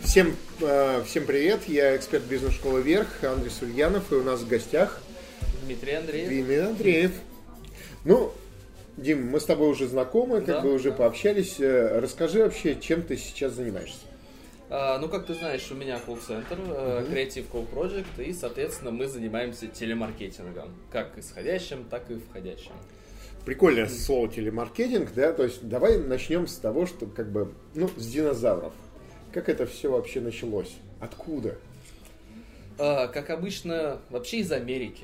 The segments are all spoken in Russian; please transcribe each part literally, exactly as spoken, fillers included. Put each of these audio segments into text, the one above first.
Всем, э, всем привет, я эксперт бизнес-школы «Вверх», Андрей Сульянов, и у нас в гостях Дмитрий Андреев. Дмитрий Андреев. Ну, Дим, мы с тобой уже знакомы, как да, бы уже да. пообщались. Расскажи вообще, чем ты сейчас занимаешься? А, ну, как ты знаешь, у меня колл-центр, uh-huh. Creative Call Project, и, соответственно, мы занимаемся телемаркетингом, как исходящим, так и входящим. Прикольное слово телемаркетинг, да, то есть давай начнем с того, что как бы, ну, с динозавров. Как это все вообще началось? Откуда? А, как обычно, вообще из Америки.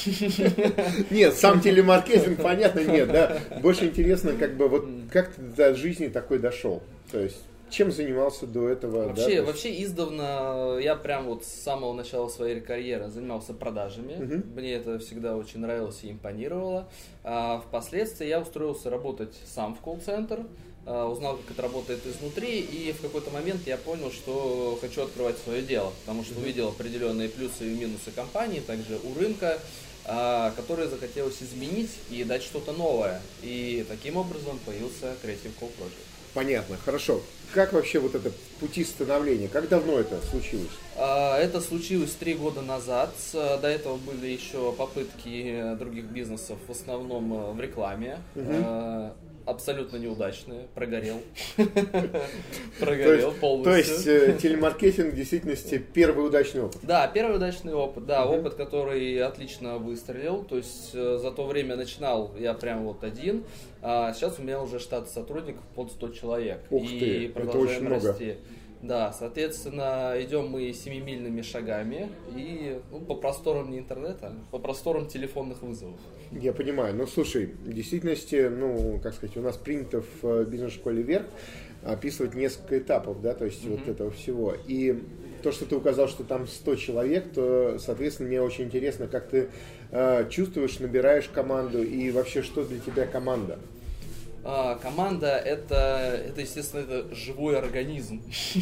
Нет, сам телемаркетинг, понятно, нет, да. Больше интересно, как бы, вот как ты до жизни такой дошел? То есть, чем занимался до этого? Вообще, да? вообще издавна я прям вот с самого начала своей карьеры занимался продажами. Угу. Мне это всегда очень нравилось и импонировало. А впоследствии я устроился работать сам в колл-центр. Узнал, как это работает изнутри, и в какой-то момент я понял, что хочу открывать свое дело, потому что увидел определенные плюсы и минусы компании, также у рынка, которые захотелось изменить и дать что-то новое. И таким образом появился Creative Call Project. Понятно, хорошо. Как вообще вот это пути становления? Как давно это случилось? Это случилось три года назад. До этого были еще попытки других бизнесов, в основном в рекламе. Угу. Абсолютно неудачные, прогорел. Прогорел полностью. То есть телемаркетинг в действительности первый удачный опыт? Да, первый удачный опыт, да, опыт, который отлично выстрелил. То есть за то время начинал я прям вот один, а сейчас у меня уже штат сотрудников под сто человек. Ух ты, это очень много. Да, соответственно, идем мы семимильными шагами и ну, по просторам не интернета, по просторам телефонных вызовов. Я понимаю. Ну, слушай, в действительности, ну, как сказать, у нас принято в бизнес-школе «Вверх» описывать несколько этапов, да, то есть mm-hmm. вот этого всего. И то, что ты указал, что там сто человек, то, соответственно, мне очень интересно, как ты э, чувствуешь, набираешь команду и вообще, что для тебя команда? А, команда это, это, естественно, это живой организм.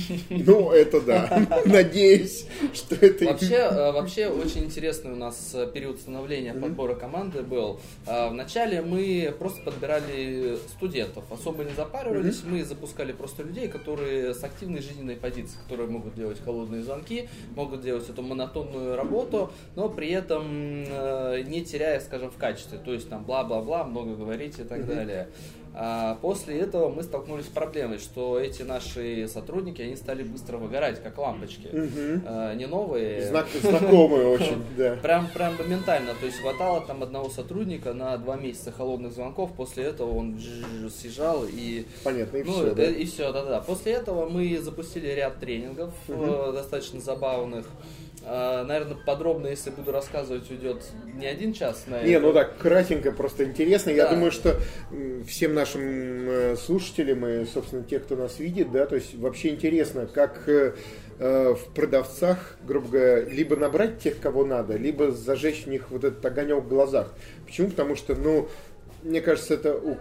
Ну, это да. Надеюсь, что это... Вообще, вообще очень интересный у нас период становления подбора команды был. Вначале мы просто подбирали студентов, особо не запаривались. Мы запускали просто людей, которые с активной жизненной позицией, которые могут делать холодные звонки, могут делать эту монотонную работу, но при этом не теряя, скажем, в качестве. То есть там бла-бла-бла, много говорить и так далее. А после этого мы столкнулись с проблемой, что эти наши сотрудники, они стали быстро выгорать, как лампочки. Угу. А, не новые. Знак, знакомые очень, да. Прям, прям моментально. То есть хватало там одного сотрудника на два месяца холодных звонков, после этого он съезжал и... Понятно, и ну, все, да? И все, да-да. После этого мы запустили ряд тренингов, угу. достаточно забавных. Uh, наверное, подробно, если буду рассказывать, уйдет не один час на это. Не, ну так, кратенько, просто интересно. Да. Я думаю, что всем нашим слушателям и, собственно, те, кто нас видит, да, то есть вообще интересно, как э, в продавцах, грубо говоря, либо набрать тех, кого надо, либо зажечь в них вот этот огонек в глазах. Почему? Потому что, ну, мне кажется, это у,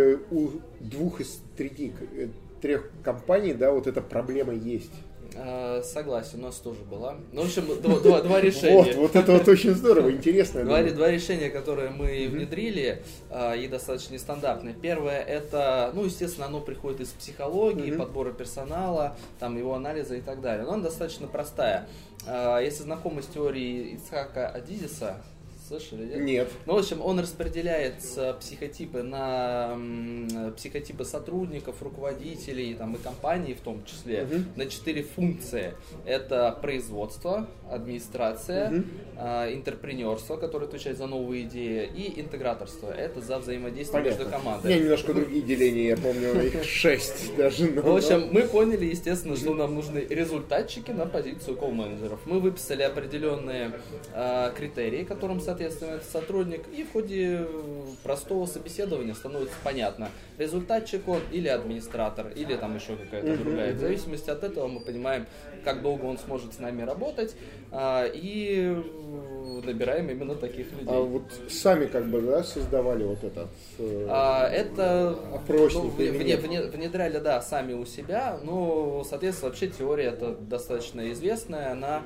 у двух из трех, трех компаний, да, вот эта проблема есть. Согласен, у нас тоже была. Ну, в общем, два, два, два решения. Вот, вот это вот очень здорово, интересно. Два, два решения, которые мы mm-hmm. внедрили, и достаточно нестандартные. Первое, это, ну, естественно, оно приходит из психологии, mm-hmm. подбора персонала, там, его анализа и так далее. Но она достаточно простая. Если знакомы с теорией Ицхака Адизиса, слышали, нет? Нет. Ну, в общем, он распределяет психотипы на психотипы сотрудников, руководителей там, и компаний в том числе, uh-huh. на четыре функции. Это производство, администрация, uh-huh. э, интерпренерство, которое отвечает за новые идеи, и интеграторство. Это за взаимодействие Понятно. Между командой. У меня немножко другие деления, я помню, их шесть даже. Но, в общем, мы поняли, естественно, что нам нужны результатчики на позицию колл-менеджеров. Мы выписали определенные э, критерии, которым соответствует соответственно, сотрудник, и в ходе простого собеседования становится понятно, результатчик он или администратор, или там еще какая-то uh-huh, другая. Uh-huh. В зависимости от этого мы понимаем, как долго он сможет с нами работать, а, и набираем именно таких людей. А вот сами как бы, да, создавали вот этот э, а, это опросник? Ну, вне, вне, внедряли, да, сами у себя, но, соответственно, вообще теория это достаточно известная, она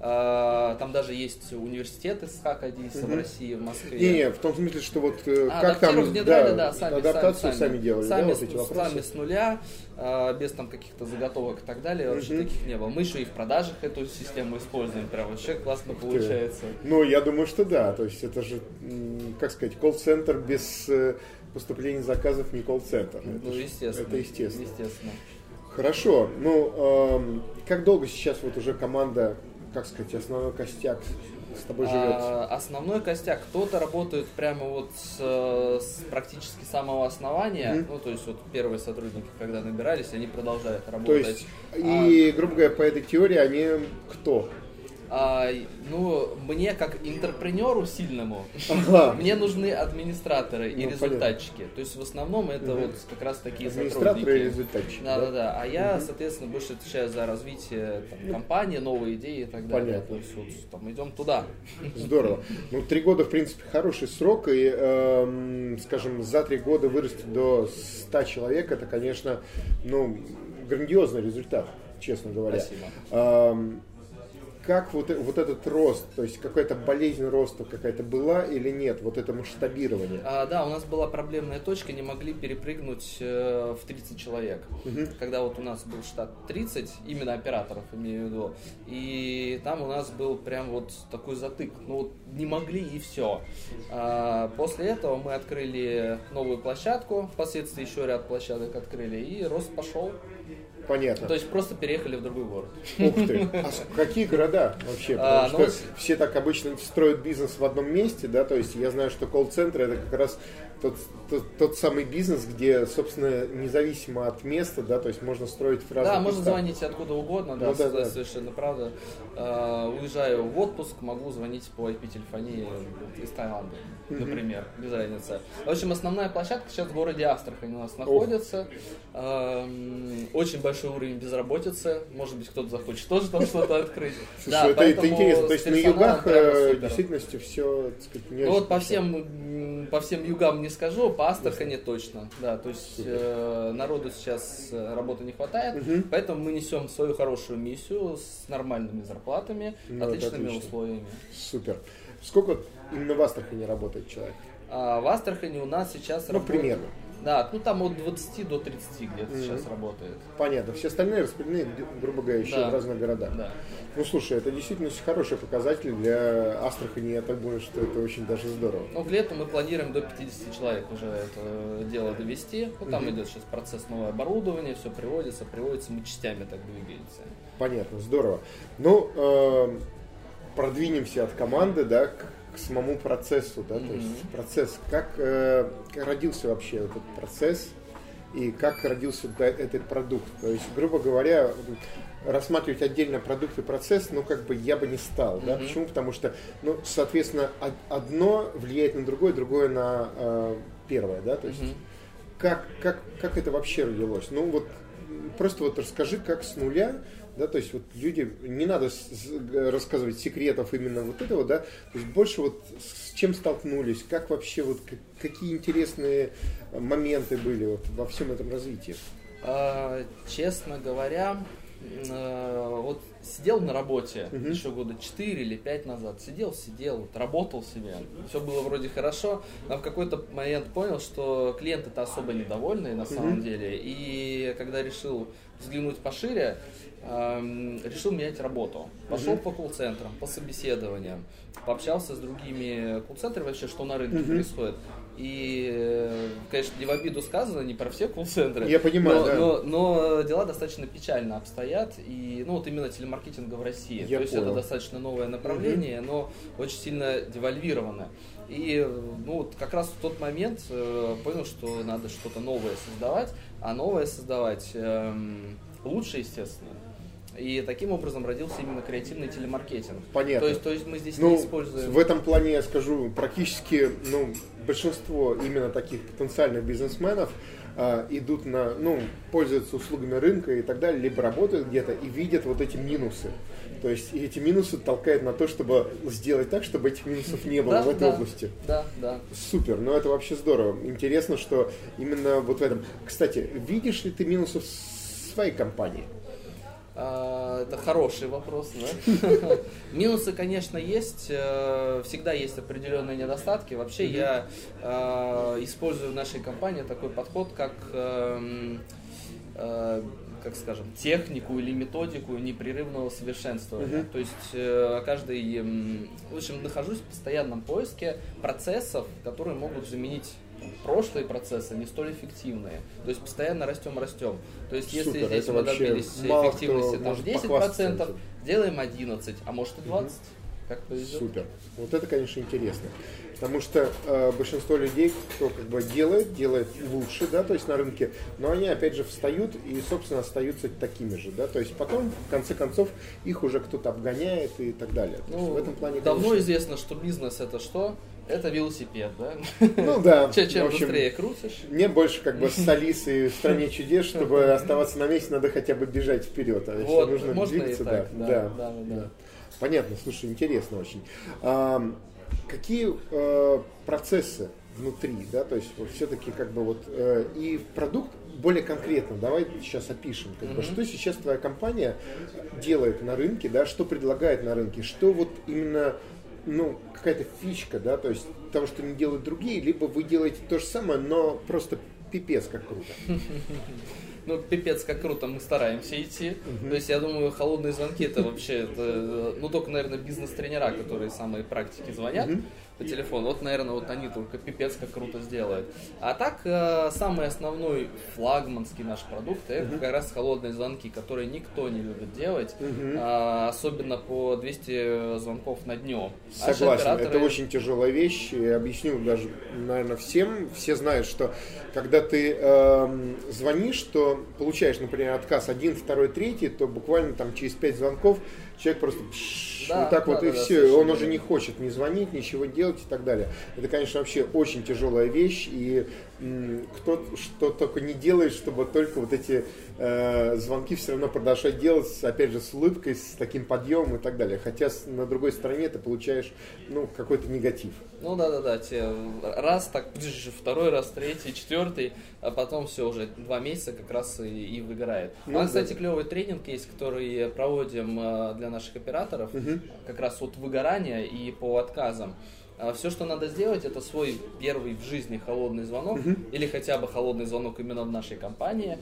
Там даже есть университет из Хакадиса угу. в России, в Москве. Не-не, в том смысле, что вот а, как там внедряли, да, да, сами, адаптацию сами, сами делали, сами, да, вот эти вопросы? Сами с нуля, без там каких-то заготовок и так далее, вообще угу. таких не было. Мы еще и в продажах эту систему используем, прям вообще классно Ух получается. Ты. Ну, я думаю, что да, то есть это же, как сказать, колл-центр без поступления заказов не колл-центр. Ну, это естественно. Это естественно. естественно. Хорошо. Ну, эм, как долго сейчас вот уже команда, как сказать, основной костяк с тобой живет? А, основной костяк. Кто-то работает прямо вот с, с практически самого основания. Mm-hmm. Ну, то есть вот первые сотрудники, когда набирались, они продолжают работать. То есть, и, а, грубо говоря, по этой теории они кто? А, ну, мне как интерпренеру сильному, ага. мне нужны администраторы ну, и результатчики. Понятно. То есть в основном это угу. вот как раз такие администраторы сотрудники. И результатчики. Да, да, да. А я, угу. соответственно, больше отвечаю за развитие там, компании, новые идеи и так далее. Понятно. То есть вот, там, идем туда. Здорово. Ну, три года, в принципе, хороший срок. И, э, скажем, за три года вырасти до ста человек, это, конечно, ну, грандиозный результат, честно говоря. Спасибо. Э, Как вот, вот этот рост, то есть какая-то болезнь роста какая-то была или нет, вот это масштабирование? А, да, у нас была проблемная точка, не могли перепрыгнуть э, в тридцать человек. Угу. Когда вот у нас был штат тридцать, именно операторов имею в виду, и там у нас был прям вот такой затык, ну вот не могли и все. А, после этого мы открыли новую площадку, впоследствии еще ряд площадок открыли, и рост пошел. Понятно. То есть просто переехали в другой город. Ух ты! А какие города вообще? Потому а, что ну, все так обычно строят бизнес в одном месте, да, то есть я знаю, что колл-центры это как раз тот, тот, тот самый бизнес, где, собственно, независимо от места, да, то есть можно строить в разных Да, можно местах. звонить откуда угодно, да, ну, да, да. совершенно правда. Uh, уезжаю в отпуск, могу звонить по ай пи-телефонии из Таиланда, mm-hmm. например, без разницы. В общем, основная площадка сейчас в городе Астрахань у нас находится. Uh, очень большой уровень безработицы, может быть, кто-то захочет тоже там что-то открыть. Слушай, да, это, это интересно, то есть на югах в действительности все, так сказать, не ну, вот по всем, по всем югам не скажу, по Астрахани точно, да, то есть э, народу сейчас работы не хватает, угу. поэтому мы несем свою хорошую миссию с нормальными зарплатами, ну, отличными условиями. Супер. Сколько именно в Астрахани работает человек? А, в Астрахани у нас сейчас ну, работает... примерно. Да, ну там от двадцати до тридцати где-то mm-hmm. сейчас работает. Понятно. Все остальные распределены, грубо говоря, еще да. в разных городах. Да. Ну, слушай, это действительно хороший показатель для Астрахани. Я так думаю, что это очень даже здорово. Ну, к лету мы планируем до пятидесяти человек уже это дело довести. Ну, там mm-hmm. идет сейчас процесс новое оборудование, все приводится, приводится, мы частями так двигаемся. Понятно, здорово. Ну, э, продвинемся от команды, да, к к самому процессу, да, mm-hmm. то есть процесс, как э, родился вообще этот процесс и как родился да, этот продукт. То есть, грубо говоря, рассматривать отдельно продукт и процесс, ну, как бы я бы не стал, mm-hmm. да, почему? Потому что, ну, соответственно, одно влияет на другое, другое на э, первое, да, то есть mm-hmm. как, как, как это вообще родилось? Ну, вот просто вот расскажи, как с нуля. Да, то есть вот люди, не надо с, с, рассказывать секретов именно вот этого, да, то есть больше вот с чем столкнулись, как вообще вот, как, какие интересные моменты были вот во всем этом развитии? А, честно говоря, вот сидел на работе uh-huh. еще года четыре или пять назад, сидел, сидел, вот, работал себе, все было вроде хорошо, но в какой-то момент понял, что клиенты-то особо недовольны на uh-huh. самом деле, и когда решил взглянуть пошире, эм, решил менять работу. Пошел uh-huh. по колл-центрам, по собеседованиям, пообщался с другими колл-центрами вообще, что на рынке uh-huh. происходит. И, конечно, не в обиду сказано, не про все колл-центры, я понимаю, но, да. но, но дела достаточно печально обстоят, и, ну, вот именно телемаркетинга в России. Я То есть понял. это достаточно новое направление, uh-huh. но очень сильно девальвировано. И, ну, вот как раз в тот момент э, понял, что надо что-то новое создавать, а новое создавать э, лучше, естественно. И таким образом родился именно креативный телемаркетинг. Понятно. То есть, то есть мы здесь ну, не используем... В этом плане я скажу, практически ну, большинство именно таких потенциальных бизнесменов а, идут на, ну, пользуются услугами рынка и так далее, либо работают где-то и видят вот эти минусы. То есть и эти минусы толкают на то, чтобы сделать так, чтобы этих минусов не было да, в этой да, области. Да, да. Супер, ну это вообще здорово. Интересно, что именно вот в этом... Кстати, видишь ли ты минусы в своей компании? Это хороший вопрос, да? Минусы, конечно, есть. Всегда есть определенные недостатки. Вообще mm-hmm. я э, использую в нашей компании такой подход, как, э, э, как скажем, технику или методику непрерывного совершенствования. Mm-hmm. То есть э, каждый, э, в общем, нахожусь в постоянном поиске процессов, которые могут заменить прошлые процессы, не столь эффективные. То есть постоянно растем, растем. То есть если Супер, здесь мы добились эффективности там, десять процентов, делаем одиннадцать, а может и двадцать. Угу. Как повезет. Супер. Вот это, конечно, интересно. Потому что э, большинство людей, кто как бы делает, делает лучше, да, то есть на рынке, но они опять же встают и, собственно, остаются такими же, да, то есть потом, в конце концов, их уже кто-то обгоняет и так далее. Ну, в этом плане, давно конечно... известно, что бизнес это что? Это велосипед, да? Ну да. Чем, чем общем, быстрее крутишь. Мне больше как бы с Алисой в «Стране чудес», чтобы оставаться на месте, надо хотя бы бежать вперед. А если вот, нужно можно двигаться, и так, да, да, да, да, да, да. Понятно, слушай, интересно очень. А, какие а, процессы внутри, да, то есть вот, все-таки как бы вот э, и продукт более конкретно, давай сейчас опишем, как mm-hmm. бы, что сейчас твоя компания делает на рынке, да, что предлагает на рынке, что вот именно, ну, какая-то фишка, да, то есть того, что не делают другие, либо вы делаете то же самое, но просто пипец как круто. Ну, пипец, как круто, мы стараемся идти. Uh-huh. То есть, я думаю, холодные звонки это вообще, это, ну, только, наверное, бизнес-тренера, которые самые практики звонят uh-huh. по телефону. Вот, наверное, вот они только пипец, как круто сделают. А так, э, самый основной флагманский наш продукт, это uh-huh. как раз холодные звонки, которые никто не любит делать, uh-huh. а, особенно по двести звонков на дню. Согласен, операторы... это очень тяжелая вещь. Я объясню даже, наверное, всем. Все знают, что когда ты э, звонишь, то получаешь, например, отказ один, второй, третий, то буквально там через пять звонков человек просто пш, да, вот так да, вот да, и да, все, он уже не хочет ни звонить, ничего делать и так далее. Это, конечно, вообще очень тяжелая вещь, и м, кто что только не делает, чтобы только вот эти э, звонки все равно продолжать делать, опять же, с улыбкой, с таким подъемом и так далее. Хотя на другой стороне ты получаешь, ну, какой-то негатив. Ну да-да-да, тебе раз, так, второй раз, третий, четвертый, а потом все уже два месяца как раз и, и выгорает. Ну, а, да. Кстати, клевый тренинг есть, который проводим для наших операторов, угу. как раз от выгорания и по отказам. Все, что надо сделать, это свой первый в жизни холодный звонок, угу. или хотя бы холодный звонок именно в нашей компании,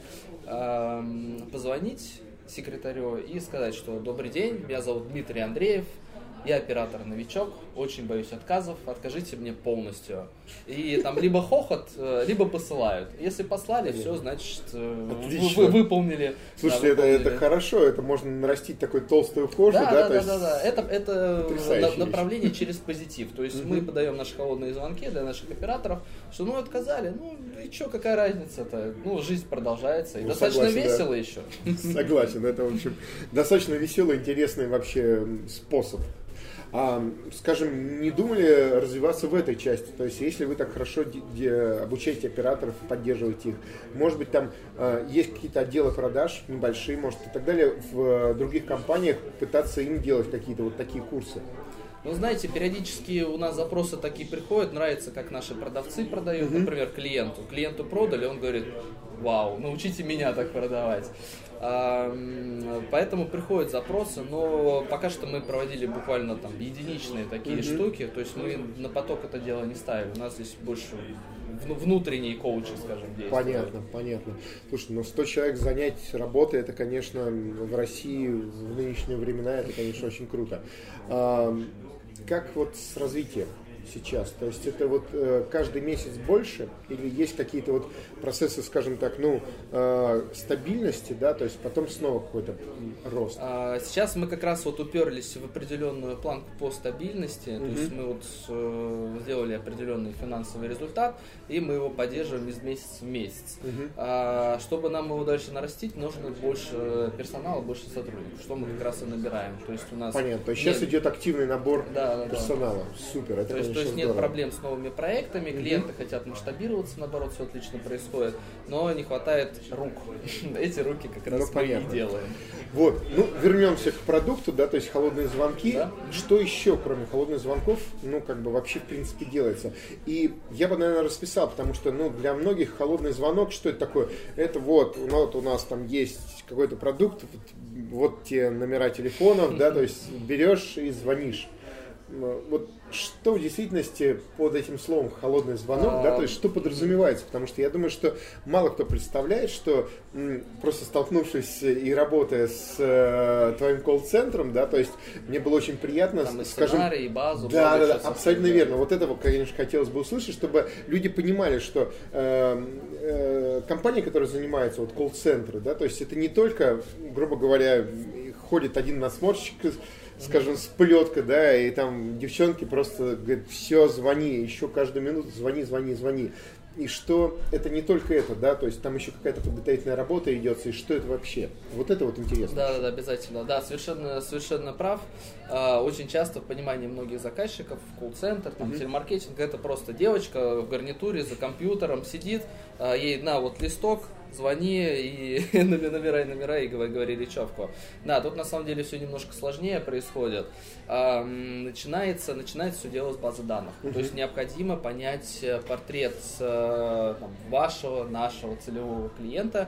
позвонить секретарю и сказать, что добрый день, меня зовут Дмитрий Андреев, я оператор-новичок, очень боюсь отказов, откажите мне полностью. И там либо хохот, либо посылают. Если послали, все, значит, вы выполнили. Слушайте, да, выполнили. это, это хорошо, это можно нарастить такой толстую кожу. Да, да, да, да, да, да. Это, это направление вещь. Через позитив. То есть мы подаем наши холодные звонки для наших операторов, что ну отказали, ну и что, какая разница-то? Ну, жизнь продолжается. И ну, достаточно согласен, весело да. еще. Согласен, это, в общем, достаточно веселый, интересный вообще способ. А, скажем, не думали развиваться в этой части? То есть, если вы так хорошо д- д- обучаете операторов, поддерживаете их, может быть, там э, есть какие-то отделы продаж небольшие, может, и так далее, в э, других компаниях пытаться им делать какие-то вот такие курсы? Ну, знаете, периодически у нас запросы такие приходят, нравится, как наши продавцы продают, mm-hmm. например, клиенту. Клиенту продали, он говорит, вау, научите меня так продавать. Поэтому приходят запросы, но пока что мы проводили буквально там единичные такие mm-hmm. штуки, то есть мы на поток это дело не ставили, у нас здесь больше внутренние коучи, скажем, действуют. Понятно, понятно. Слушай, ну сто человек занять работой, это, конечно, в России в нынешние времена, это, конечно, очень круто. Как вот с развитием сейчас? То есть это вот э, каждый месяц больше или есть какие-то вот процессы, скажем так, ну, э, стабильности, да, то есть потом снова какой-то рост? А, сейчас мы как раз вот уперлись в определенную планку по стабильности, mm-hmm. то есть мы вот э, сделали определенный финансовый результат, и мы его поддерживаем из месяца в месяц. Mm-hmm. А, чтобы нам его дальше нарастить, нужно больше персонала, больше сотрудников, что мы как раз и набираем. То есть у нас понятно, то есть нет... сейчас идет активный набор да, да, персонала, да. супер, это, то есть то есть нет проблем с новыми проектами, клиенты mm-hmm. хотят масштабироваться, наоборот, все отлично происходит, но не хватает рук. Эти руки как раз ну, мы и делаем. Вот, ну, вернемся к продукту, да, то есть холодные звонки. Да? Что еще, кроме холодных звонков, ну, как бы вообще, в принципе, делается? И я бы, наверное, расписал, потому что, ну, для многих холодный звонок, что это такое? Это вот, ну, вот у нас там есть какой-то продукт, вот, вот те номера телефонов, да, то есть берешь и звонишь. Вот что в действительности под этим словом холодный звонок, а... да, то есть что подразумевается, потому что я думаю, что мало кто представляет, что м, просто столкнувшись и работая с э, твоим колл-центром, да, то есть мне было очень приятно, там скажем, и сценарий, и базу, да, да, да, абсолютно верно. Вот этого, конечно, хотелось бы услышать, чтобы люди понимали, что э, э, компания, которая занимается вот колл-центры, да, то есть это не только, грубо говоря, ходит один насмотрщик, скажем, с плеткой, да, и там девчонки просто говорят, все, звони, еще каждую минуту звони, звони, звони. И что это не только это, да, то есть там еще какая-то подготовительная работа идет, и что это вообще? Вот это вот интересно. Да, да, да, обязательно. Да, совершенно, совершенно прав. А, очень часто в понимании многих заказчиков, колл-центр, там, mm-hmm. телемаркетинг, это просто девочка в гарнитуре за компьютером сидит, а, ей на вот листок, звони и набирай номера и говори речевку. Да, тут на самом деле все немножко сложнее происходит. А, начинается, начинается все дело с базы данных. Uh-huh. То есть необходимо понять портрет там, вашего, нашего целевого клиента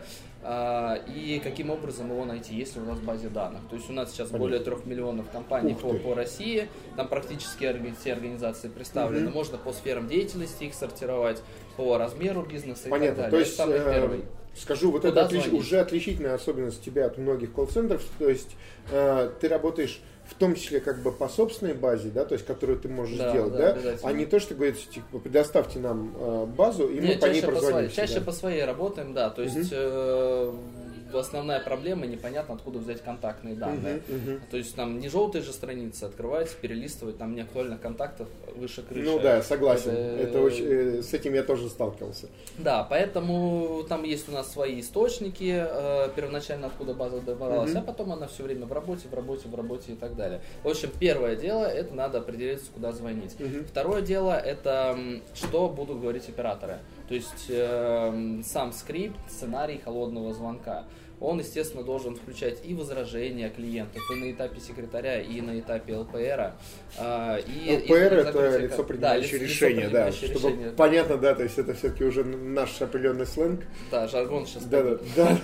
а, и каким образом его найти, если у нас в базе данных. То есть у нас сейчас Понятно. более трех миллионов компаний по, по России, там практически все организации представлены. Uh-huh. Можно по сферам деятельности их сортировать, по размеру бизнеса Понятно. и так далее. То есть, самый первый. Скажу, вот Куда это отлич... уже отличительная особенность тебя от многих колл-центров, то есть э, ты работаешь в том числе как бы по собственной базе, да, то есть которую ты можешь да, сделать, да, да, а не то, что говорится, типа, предоставьте нам э, базу, и Нет, мы по ней прозвонимся. По чаще да. по своей работаем, да, то есть uh-huh. э, основная проблема, непонятно откуда взять контактные данные. Uh-huh, uh-huh. То есть там не желтые же страницы открываются, перелистывать, там не актуальных контактов выше крыши. Ну да, согласен. Это, это очень, э, с этим я тоже сталкивался. Да, поэтому там есть у нас свои источники, э, первоначально откуда база добавлялась, uh-huh. а потом она все время в работе, в работе, в работе и так далее. В общем, первое дело, это надо определиться, куда звонить. Uh-huh. Второе дело, это что будут говорить операторы. То есть э, сам скрипт, сценарий холодного звонка. Он, естественно, должен включать и возражения клиентов и на этапе секретаря, и на этапе эл пэ эр. А, и, эл пэ эр и это лицо, принимающее да, решение, да, решение. Чтобы понятно, да, то есть это все-таки уже наш определенный сленг. Да, жаргон сейчас. Да, да, да.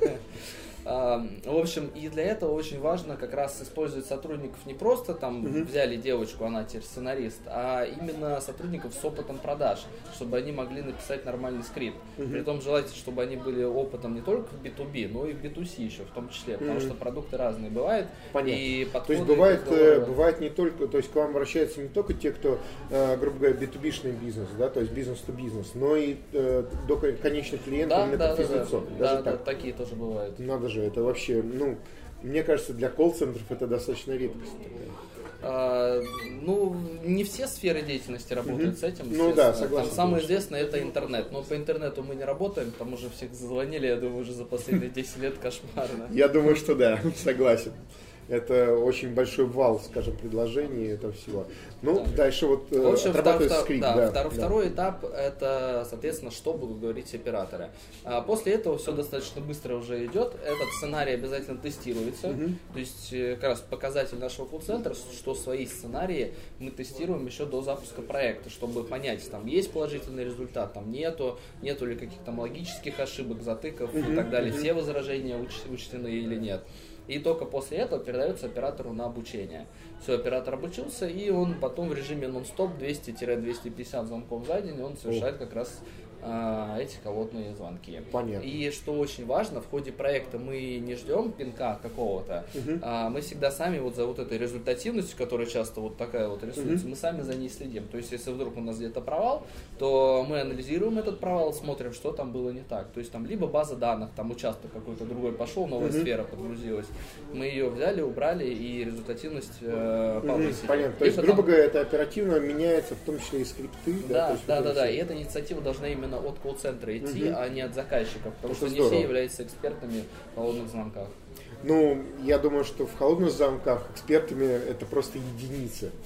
В общем, и для этого очень важно как раз использовать сотрудников не просто там uh-huh. взяли девочку, она теперь сценарист, а именно сотрудников с опытом продаж, чтобы они могли написать нормальный скрипт. Uh-huh. Притом желательно, чтобы они были опытом не только в би ту би, но и в би ту си еще в том числе, потому uh-huh. что продукты разные бывают. Понятно. И то есть бывает, разговоры... бывает не только, то есть к вам обращаются не только те, кто, грубо говоря, би ту би-шный бизнес, да, то есть бизнес-то-бизнес, но и э, до конечных клиентов, да, именно да, как да, физлицо. да, Даже да, так. Да, такие тоже бывают. Надо же, это вообще, ну, мне кажется, для колл-центров это достаточно редкость. А, ну, не все сферы деятельности работают mm-hmm. с этим. Ну да, согласен. Там самое известное это интернет. Но по интернету мы не работаем, там уже всех зазвонили, я думаю, уже за последние десять лет кошмарно. Я думаю, что да, согласен. Это очень большой вал, скажем, предложений этого всего. Ну, да. Дальше вот в общем, отрабатывает втор, скрипт. Да, да, втор, да. Второй этап, это, соответственно, что будут говорить операторы. А после этого все достаточно быстро уже идет. Этот сценарий обязательно тестируется. Угу. То есть, как раз показатель нашего колл-центра, что свои сценарии мы тестируем еще до запуска проекта, чтобы понять, там есть положительный результат, там нету, нету ли каких-то там логических ошибок, затыков угу. и так далее. Угу. Все возражения уч- учтены или нет. И только после этого передается оператору на обучение. Все, оператор обучился, и он потом в режиме нон-стоп двести - двести пятьдесят звонков за день он совершает как раз а, эти холодные звонки. Понятно. И что очень важно, в ходе проекта мы не ждем пинка какого-то, угу. а мы всегда сами вот за вот этой результативностью, которая часто вот такая вот рисуется, угу. мы сами за ней следим. То есть, если вдруг у нас где-то провал, то мы анализируем этот провал, смотрим, что там было не так. То есть, там либо база данных, там участок какой-то другой пошел, новая угу. сфера подгрузилась. Мы ее взяли, убрали и результативность э, повысили. Угу. Понятно. То есть, либо грубо там... говоря, это оперативно меняется, в том числе и скрипты. Да, да, да, да, да. И эта инициатива должна именно от колл-центра идти, угу. а не от заказчиков, потому это что здорово. Не все являются экспертами в холодных звонках. Ну, я думаю, что в холодных звонках экспертами это просто единицы.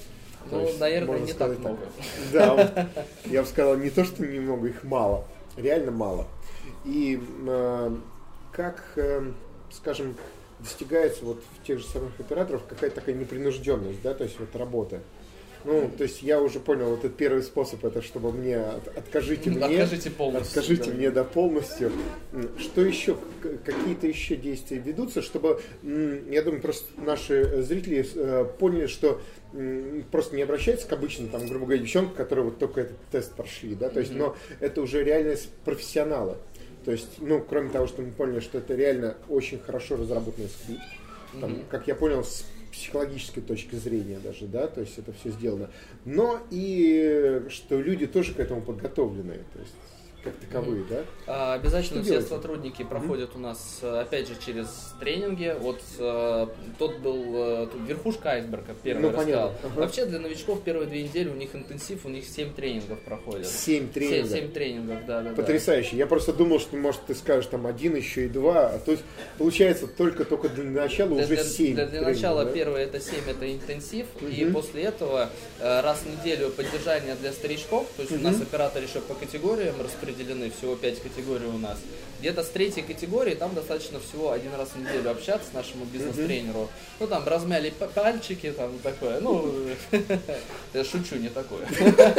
Ну, есть, наверное, не так много. Так. Да, вот, я бы сказал, не то, что немного, их мало, реально мало. И э, как, э, скажем, достигается вот в тех же самых операторов какая-то такая непринужденность, да, то есть вот работа. Ну, то есть я уже понял, вот этот первый способ, это чтобы мне от, откажите мне, откажите полностью, откажите да. мне да полностью. Что еще, какие-то еще действия ведутся, чтобы, я думаю, просто наши зрители поняли, что просто не обращаются к обычным, там, грубо говоря, девчонкам, которые вот только этот тест прошли, да, то есть, mm-hmm. но это уже реально профессионалы. То есть, ну, кроме того, что мы поняли, что это реально очень хорошо разработанный скрипт, там, mm-hmm. как я понял, с психологической точки зрения даже, да, то есть это все сделано. Но и что люди тоже к этому подготовлены, то есть как таковые, mm-hmm. да? А, обязательно что все делаете? Сотрудники проходят mm-hmm. у нас, опять же, через тренинги. Вот а, тот был тут верхушка айсберга, первый ну, рассказал. Ага. Вообще для новичков первые две недели у них интенсив, у них семь тренингов проходят. Семь тренингов? семь тренингов, да, да. Потрясающе. Да. Я просто думал, что, может, ты скажешь там один, еще и два. А то есть получается только-только для начала для, уже семь. Для, для начала да? первое это семь, это интенсив. Mm-hmm. И после этого раз в неделю поддержание для старичков. То есть mm-hmm. у нас оператор еще по категориям распределены, всего пять категорий у нас. Где-то с третьей категории там достаточно всего один раз в неделю общаться нашему бизнес-тренеру. Mm-hmm. Ну там размяли пальчики, там такое. Ну, я шучу, не такое.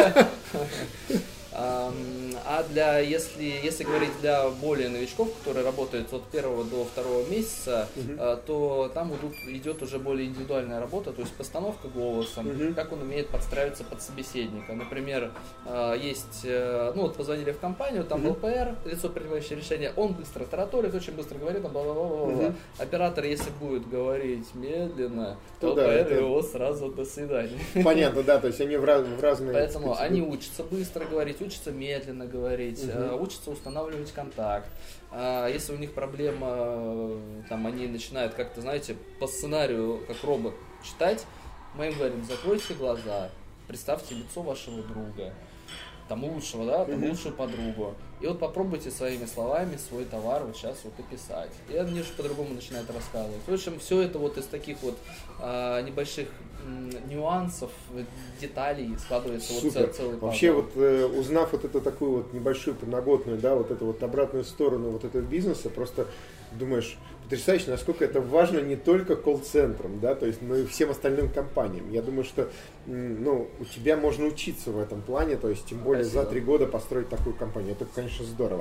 А для, если, если говорить для более новичков, которые работают от первого до второго месяца, uh-huh. то там идут, идет уже более индивидуальная работа, то есть постановка голосом, uh-huh. как он умеет подстраиваться под собеседника. Например, есть, ну вот позвонили в компанию, там uh-huh. ЛПР, лицо, принимающее решение, он быстро тараторит, очень быстро говорит, там, бла-бла-бла-бла. Uh-huh. Оператор, если будет говорить медленно, то ЛПР да, это... его сразу до свидания. Понятно, да, то есть они в, раз, в разные... Поэтому сказать, они учатся быстро говорить, учатся медленно говорить, uh-huh. учатся устанавливать контакт. Если у них проблема, там они начинают как-то, знаете, по сценарию, как робот, читать, мы им говорим, закройте глаза, представьте лицо вашего друга, там лучшего, да, там uh-huh. лучшую подругу. И вот попробуйте своими словами свой товар вот сейчас вот описать. И они же по-другому начинают рассказывать. В общем, все это вот из таких вот а, небольших м, нюансов, деталей складывается вот цел, целый пазл. Вообще вот э, узнав вот эту такую вот небольшую подноготную, да, вот эту вот обратную сторону вот этого бизнеса, просто думаешь, потрясающе, насколько это важно не только колл-центрам, да, то есть, но и всем остальным компаниям. Я думаю, что ну, у тебя можно учиться в этом плане, то есть, тем более Спасибо. За три года построить такую компанию. Это, конечно, здорово.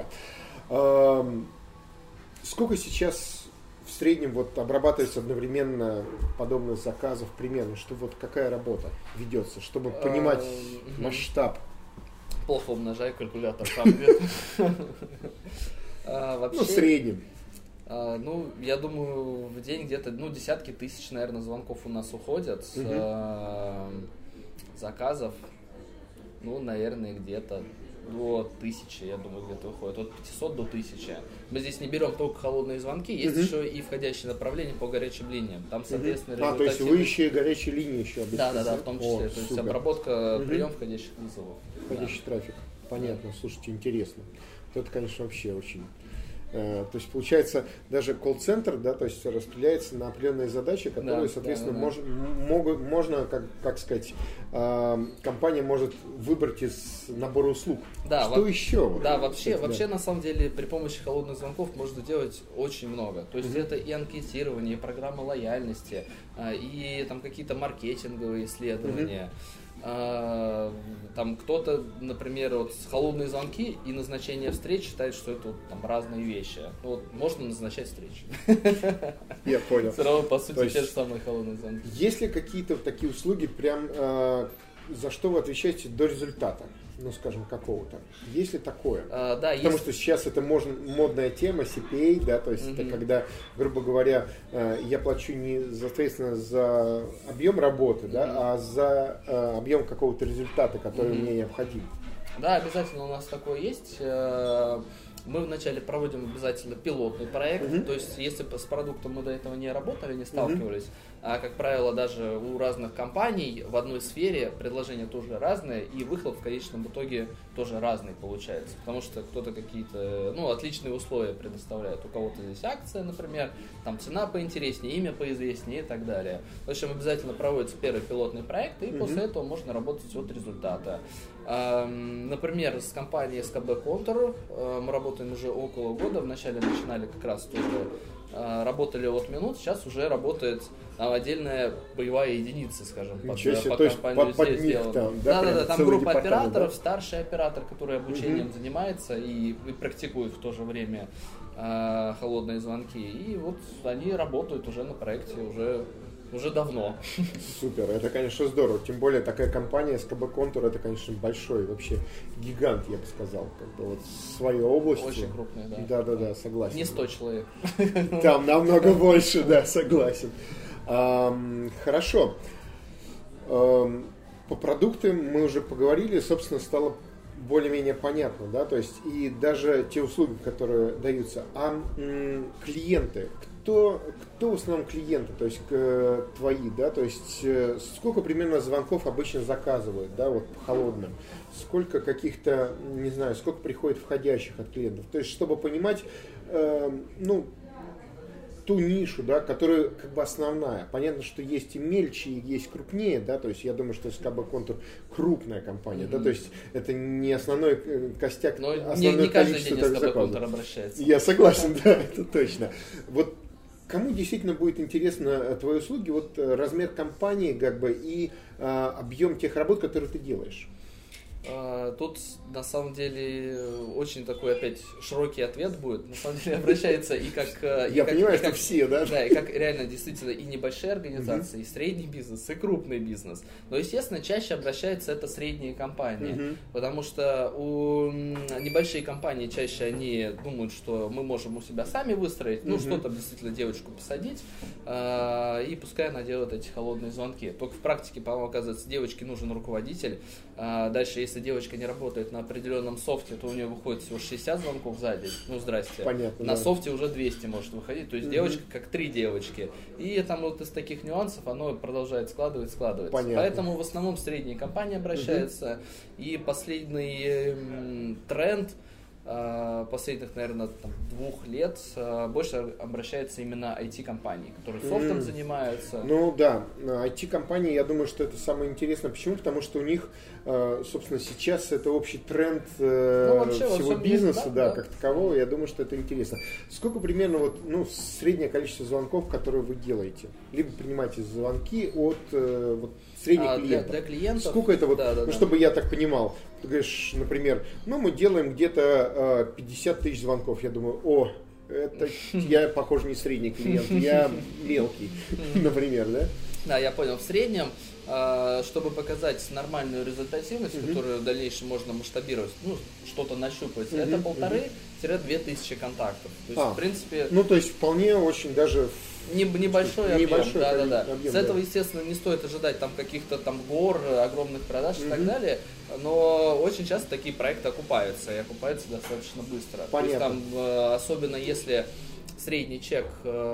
Сколько сейчас в среднем вот обрабатывается одновременно подобных заказов примерно, что вот какая работа ведется, чтобы понимать масштаб? Плохо умножаю калькулятор там где-то. Ну, в среднем. Uh, ну, я думаю, в день где-то, ну, десятки тысяч, наверное, звонков у нас уходят с uh-huh. uh, заказов, ну, наверное, где-то до тысячи, я думаю, где-то уходит, от пятисот до тысячи. Мы здесь не берем только холодные звонки, есть uh-huh. еще и входящие направления по горячим линиям. Там, соответственно, uh-huh. А, то есть вы еще и горячие линии еще обеспечите? Да, да, да, в том числе. О, то есть обработка, uh-huh. прием входящих вызовов. Входящий да. трафик. Понятно, да. Слушайте, интересно. Это, конечно, вообще очень... То есть, получается, даже колл-центр, да, то есть распределяется на определенные задачи, которые, да, соответственно, да, да, мож, да. Могут, можно, как, как сказать, э, компания может выбрать из набора услуг. Да, что во- еще? Да, вообще, кстати, вообще, да. на самом деле, при помощи холодных звонков можно делать очень много. То есть, mm-hmm. это и анкетирование, и программа лояльности, и там какие-то маркетинговые исследования. Mm-hmm. Там кто-то, например, вот холодные звонки и назначение встреч считает, что это вот, там разные вещи. Ну, вот, можно назначать встречи. Я понял. Все равно, по сути, те же самые холодные звонки. Есть ли какие-то такие услуги, прям э, за что вы отвечаете до результата? Ну, скажем, какого-то. Есть ли такое? А, да, Потому есть. что сейчас это можно, модная тема, си пи эй, да, то есть mm-hmm. это когда, грубо говоря, я плачу не, соответственно, за объем работы, mm-hmm. да, а за э, объем какого-то результата, который mm-hmm. мне необходим. Да, обязательно у нас такое есть. мы вначале проводим обязательно пилотный проект, uh-huh. то есть если с продуктом мы до этого не работали, не сталкивались, uh-huh. а, как правило, даже у разных компаний в одной сфере предложения тоже разные, и выхлоп в конечном итоге тоже разный получается, потому что кто-то какие-то, ну, отличные условия предоставляет, у кого-то здесь акция, например, там цена поинтереснее, имя поизвестнее и так далее. В общем, обязательно проводится первый пилотный проект, и uh-huh. после этого можно работать от результата. Например, с компанией эс ка бэ Контур мы работаем уже около года. Вначале начинали как раз тоже, работали от минут, сейчас уже работает отдельная боевая единица, скажем, под, под, под компанию под, здесь сделана. Там, да, да, да, там группа операторов, да? Старший оператор, который обучением угу. занимается и, и практикует в то же время э, холодные звонки. И вот они работают уже на проекте уже Уже давно. Супер, это, конечно, здорово. Тем более такая компания эс ка бэ Контур, это, конечно, большой вообще гигант, я бы сказал, как бы вот в своей области. Очень крупный, да. Да, да, да, согласен. Не сто человек. Там намного больше, да, согласен. Хорошо. По продуктам мы уже поговорили, собственно, стало более-менее понятно, да, то есть и даже те услуги, которые даются, а м, клиенты, кто, кто в основном клиенты, то есть к, твои, да, то есть э, сколько примерно звонков обычно заказывают, да, вот по холодным, сколько каких-то, не знаю, сколько приходит входящих от клиентов, то есть чтобы понимать, э, ну, ту нишу, да, которая как бы основная. Понятно, что есть и мельче, и есть крупнее, да, то есть я думаю, что эс ка бэ Контур крупная компания, mm-hmm. да, то есть это не основной костяк, но основное не, не каждый количество день эс ка бэ Контур обращается. Я согласен, да, это точно. Вот кому действительно будет интересно твои услуги, вот размер компании, как бы, и а, объем тех работ, которые ты делаешь? Тут, на самом деле, очень такой опять широкий ответ будет. На самом деле, обращается и как... Я и понимаю, как, что как, все, да? Да, и как реально действительно и небольшие организации, uh-huh. и средний бизнес, и крупный бизнес. Но, естественно, чаще обращаются это средние компании. Uh-huh. Потому что у небольшие компании чаще они думают, что мы можем у себя сами выстроить, uh-huh. ну, что-то действительно девочку посадить, и пускай она делает эти холодные звонки. Только в практике, по-моему, оказывается, девочке нужен руководитель. Дальше, если девочка не работает на определенном софте, то у нее выходит всего шестьдесят звонков за день. Ну, здрасте. Понятно, на да. софте уже двести может выходить. То есть, mm-hmm. девочка как три девочки. И там вот из таких нюансов оно продолжает складывать, складывать. Понятно. Поэтому в основном средние компании обращаются. Mm-hmm. И последний м, тренд последних, наверное, там, двух лет больше обращается именно ай ти-компании, которые софтом mm. занимаются. Ну да, ай ти-компании, я думаю, что это самое интересное. Почему? Потому что у них, собственно, сейчас это общий тренд ну, вообще, всего бизнеса, мире, да, да, как такового. Я думаю, что это интересно. Сколько примерно вот, ну, среднее количество звонков, которые вы делаете? Либо принимаете звонки от вот, средних а, клиентов. Для, для клиентов. Сколько это вот, да, да, ну, да. чтобы я так понимал. Ты говоришь, например, ну, мы делаем где-то э, пятьдесят тысяч звонков. Я думаю, о, это я, похоже, не средний клиент, я мелкий, например, да? Да, я понял. В среднем, э, чтобы показать нормальную результативность, uh-huh. которую в дальнейшем можно масштабировать, ну, что-то нащупать, uh-huh. это полторы-две тысячи контактов. То есть, а, в принципе... Ну, то есть, вполне очень даже... Небольшой объем, небольшой да, да, да. объем, С этого, да. естественно, не стоит ожидать там каких-то там гор, огромных продаж mm-hmm. и так далее, но очень часто такие проекты окупаются, и окупаются достаточно быстро. Понятно. То есть там, особенно если средний чек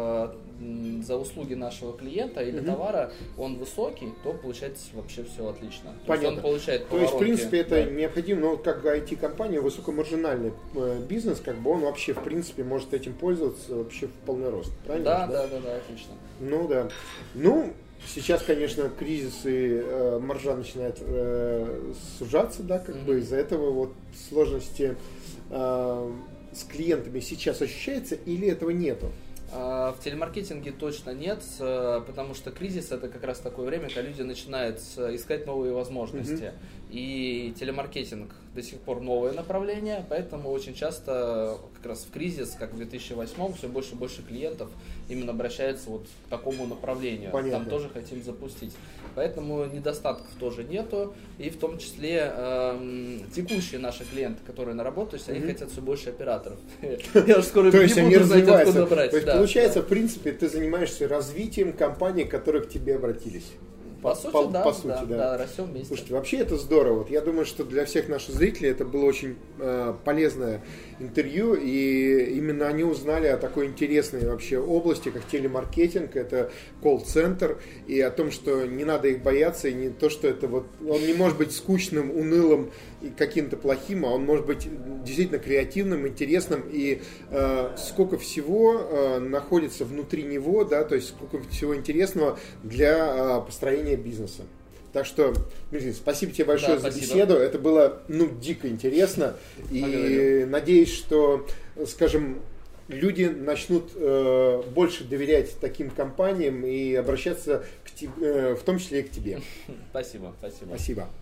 за услуги нашего клиента или mm-hmm. товара, он высокий, то получается вообще все отлично. Понятно. То есть он получает То есть, в принципе, это да. необходимо, но как ай ти-компания, высокомаржинальный бизнес, как бы он вообще, в принципе, может этим пользоваться вообще в полный рост. Правильно? Да, да, да, да, отлично. Ну да. Ну, сейчас, конечно, кризис и э, маржа начинает э, сужаться, да, как mm-hmm. бы из-за этого вот сложности э, с клиентами сейчас ощущается или этого нету? В телемаркетинге точно нет, потому что кризис это как раз такое время, когда люди начинают искать новые возможности. Mm-hmm. И телемаркетинг до сих пор новое направление, поэтому очень часто как раз в кризис, как в две тысячи восьмом, все больше и больше клиентов именно обращаются вот к такому направлению. Понятно. Там тоже хотим запустить. Поэтому недостатков тоже нету. И в том числе э, текущие наши клиенты, которые на работе, то есть mm-hmm. они хотят все больше операторов. Я уже скоро не буду знать, откуда брать. То есть получается, в принципе, ты занимаешься развитием компаний, которые к тебе обратились. По, по сути, по, да, по сути, да, да. да, растем вместе. Слушайте, вообще это здорово. Вот я думаю, что для всех наших зрителей это было очень э, полезное интервью, и именно они узнали о такой интересной вообще области, как телемаркетинг, это колл-центр, и о том, что не надо их бояться, и не то, что это вот, он не может быть скучным, унылым и каким-то плохим, а он может быть действительно креативным, интересным, и э, сколько всего э, находится внутри него, да, то есть сколько всего интересного для э, построения бизнеса. Так что, Дмитрий, спасибо тебе большое да, за спасибо. беседу. Это было, ну, дико интересно. И Благодарю. Надеюсь, что, скажем, люди начнут э, больше доверять таким компаниям и обращаться к тебе, э, в том числе и к тебе. Спасибо, спасибо. Спасибо.